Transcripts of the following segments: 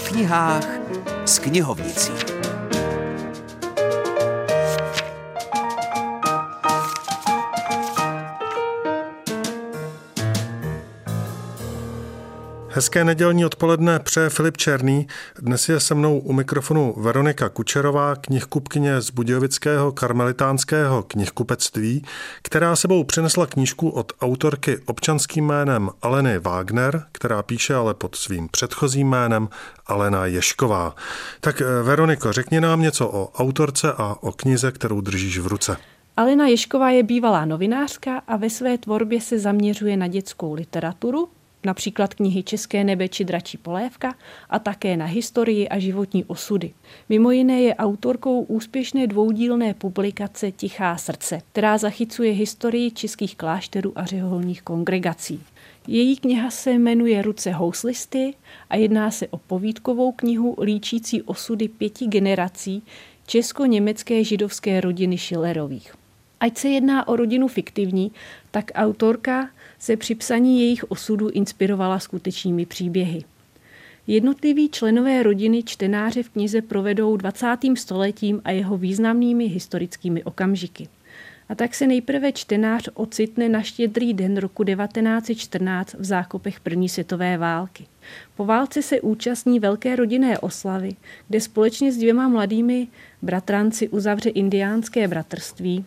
knihách s knihovnicí. Hezké nedělní odpoledne přeje Filip Černý. Dnes je se mnou u mikrofonu Veronika Kučerová, knihkupkyně z budějovického karmelitánského knihkupectví, která sebou přinesla knížku od autorky občanským jménem Aleny Wagner, která píše ale pod svým předchozím jménem Alena Ježková. Tak Veroniko, řekni nám něco o autorce a o knize, kterou držíš v ruce. Alena Ježková je bývalá novinářka a ve své tvorbě se zaměřuje na dětskou literaturu, například knihy České nebe či Dračí polévka, a také na historii a životní osudy. Mimo jiné je autorkou úspěšné dvoudílné publikace Tichá srdce, která zachycuje historii českých klášterů a řeholních kongregací. Její kniha se jmenuje Ruce houslisty a jedná se o povídkovou knihu líčící osudy 5 generací česko-německé židovské rodiny Schillerových. Ať se jedná o rodinu fiktivní, tak autorka se při psaní jejich osudů inspirovala skutečnými příběhy. Jednotliví členové rodiny čtenáře v knize provedou 20. stoletím a jeho významnými historickými okamžiky. A tak se nejprve čtenář ocitne na Štědrý den roku 1914 v zákopech první světové války. Po válce se účastní velké rodinné oslavy, kde společně s 2 mladými bratranci uzavře indiánské bratrství.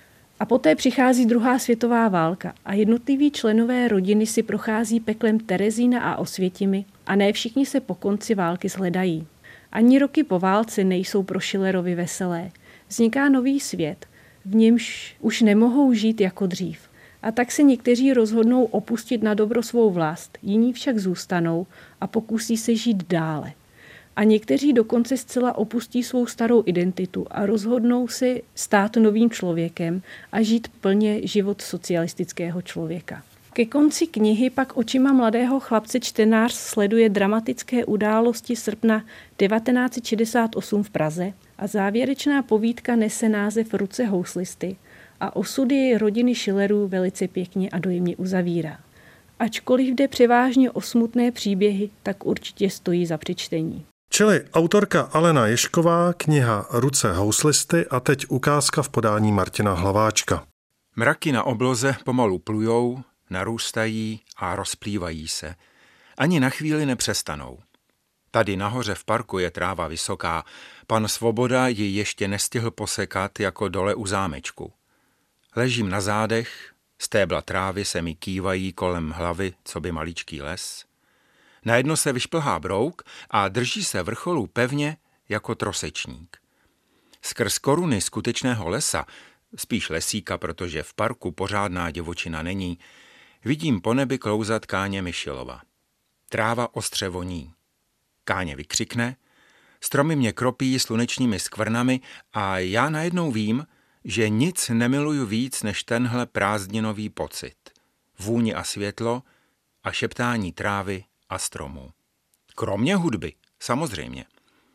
A poté přichází druhá světová válka a jednotliví členové rodiny si prochází peklem Terezína a Osvětimi a ne všichni se po konci války shledají. Ani roky po válce nejsou pro Schillerovi veselé. Vzniká nový svět, v němž už nemohou žít jako dřív. A tak se někteří rozhodnou opustit na dobro svou vlast, jiní však zůstanou a pokusí se žít dále. A někteří dokonce zcela opustí svou starou identitu a rozhodnou se stát novým člověkem a žít plně život socialistického člověka. Ke konci knihy pak očima mladého chlapce čtenář sleduje dramatické události srpna 1968 v Praze a závěrečná povídka nese název Ruce houslisty a osudy rodiny Schillerů velice pěkně a dojemně uzavírá. Ačkoliv jde převážně o smutné příběhy, tak určitě stojí za přečtení. Čili autorka Alena Ježková, kniha Ruce houslisty a teď ukázka v podání Martina Hlaváčka. Mraky na obloze pomalu plujou, narůstají a rozplývají se. Ani na chvíli nepřestanou. Tady nahoře v parku je tráva vysoká. Pan Svoboda ji ještě nestihl posekat jako dole u zámečku. Ležím na zádech, stébla trávy se mi kývají kolem hlavy, co by maličký les. Najednou se vyšplhá brouk a drží se vrcholu pevně jako trosečník. Skrz koruny skutečného lesa, spíš lesíka, protože v parku pořádná divočina není, vidím po nebi klouzat Káně Mišilova. Tráva ostře voní. Káně vykřikne, stromy mě kropí slunečními skvrnami a já najednou vím, že nic nemiluju víc než tenhle prázdninový pocit. Vůni a světlo a šeptání trávy a stromů. Kromě hudby, samozřejmě.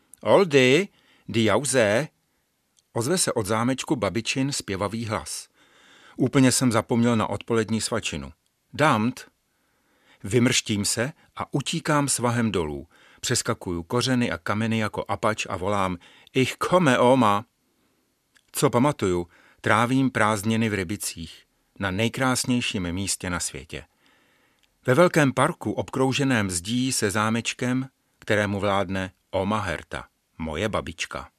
Oldy, di jauze, ozve se od zámečku babičin zpěvavý hlas. Úplně jsem zapomněl na odpolední svačinu. Damt. Vymrštím se a utíkám svahem dolů. Přeskakuju kořeny a kameny jako apač a volám Ich komme, Oma. Co pamatuju, trávím prázdniny v Rybicích, na nejkrásnějším místě na světě. Ve velkém parku obkrouženém zdí se zámečkem, kterému vládne Oma Herta, moje babička.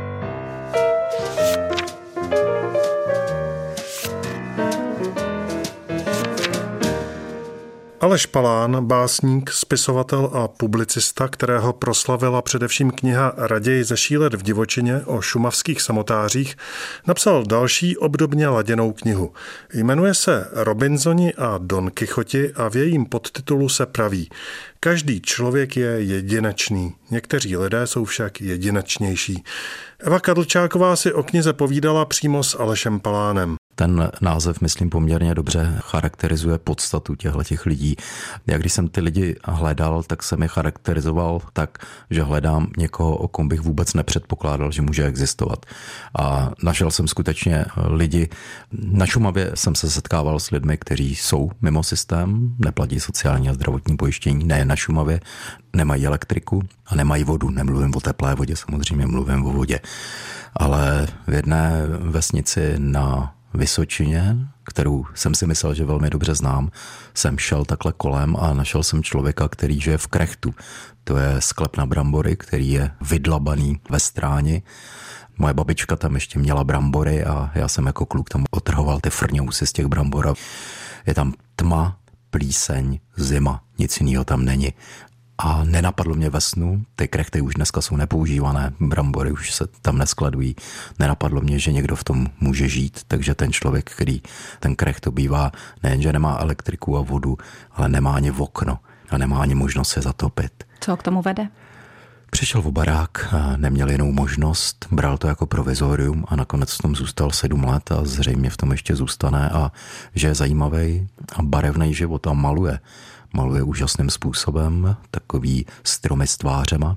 Aleš Palán, básník, spisovatel a publicista, kterého proslavila především kniha Raději zešílet v divočině o šumavských samotářích, napsal další obdobně laděnou knihu. Jmenuje se Robinsoni a Don Kichoti a v jejím podtitulu se praví: Každý člověk je jedinečný, někteří lidé jsou však jedinečnější. Eva Kadlčáková si o knize povídala přímo s Alešem Palánem. Ten název, myslím, poměrně dobře charakterizuje podstatu těch lidí. Já když jsem ty lidi hledal, tak jsem je charakterizoval tak, že hledám někoho, o kom bych vůbec nepředpokládal, že může existovat. A našel jsem skutečně lidi. Na Šumavě jsem se setkával s lidmi, kteří jsou mimo systém, neplatí sociální a zdravotní pojištění, ne na Šumavě, nemají elektriku a nemají vodu. Nemluvím o teplé vodě, samozřejmě mluvím o vodě. Ale v jedné vesnici na Vysočině, kterou jsem si myslel, že velmi dobře znám, jsem šel takhle kolem a našel jsem člověka, který žije v krechtu. To je sklep na brambory, který je vydlabaný ve stráni. Moje babička tam ještě měla brambory a já jsem jako kluk tam otrhoval ty frňousy z těch brambor. Je tam tma, plíseň, zima, nic jiného tam není. A nenapadlo mě ve snu, ty krechty už dneska jsou nepoužívané, brambory už se tam neskladují. Nenapadlo mě, že někdo v tom může žít, takže ten člověk, který ten krecht obývá, nejenže nemá elektriku a vodu, ale nemá ani okno a nemá ani možnost se zatopit. Co k tomu vede? Přišel o barák, neměl jinou možnost, bral to jako provizorium a nakonec v tom zůstal 7 let a zřejmě v tom ještě zůstane a že je zajímavý a barevný život a maluje. Maluje úžasným způsobem, takový stromy s tvářema.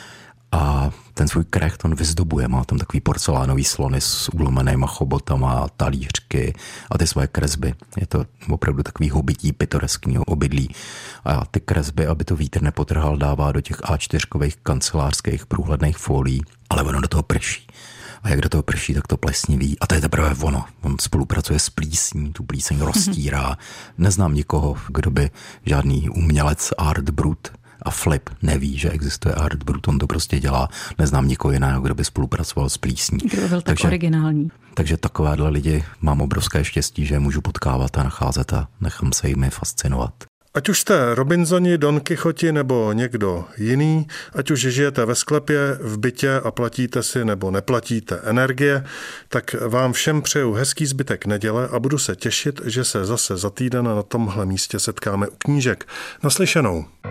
A ten svůj krecht on vyzdobuje, má tam takový porcelánový slony s ulomenýma chobotama, talířky a ty svoje kresby. Je to opravdu takový hobití pitoreskního obydlí. A ty kresby, aby to vítr nepotrhal, dává do těch A4 kancelářských průhledných folií, ale ono do toho prší. A jak do toho prší, tak to plesniví. A to je teprve ono. On spolupracuje s plísní, tu plíseň roztírá. Neznám nikoho, kdo by žádný umělec Art Brut a Flip neví, že existuje Art Brut. On to prostě dělá. Neznám nikoho jiného, kdo by spolupracoval s plísní. Kdo byl tak originální. Takže takovéhle lidi mám obrovské štěstí, že je můžu potkávat a nacházet a nechám se jimi fascinovat. Ať už jste Robinsoni, Don Quixoti nebo někdo jiný, ať už žijete ve sklepě, v bytě a platíte si nebo neplatíte energie, tak vám všem přeju hezký zbytek neděle a budu se těšit, že se zase za týden na tomhle místě setkáme u knížek. Naslyšenou.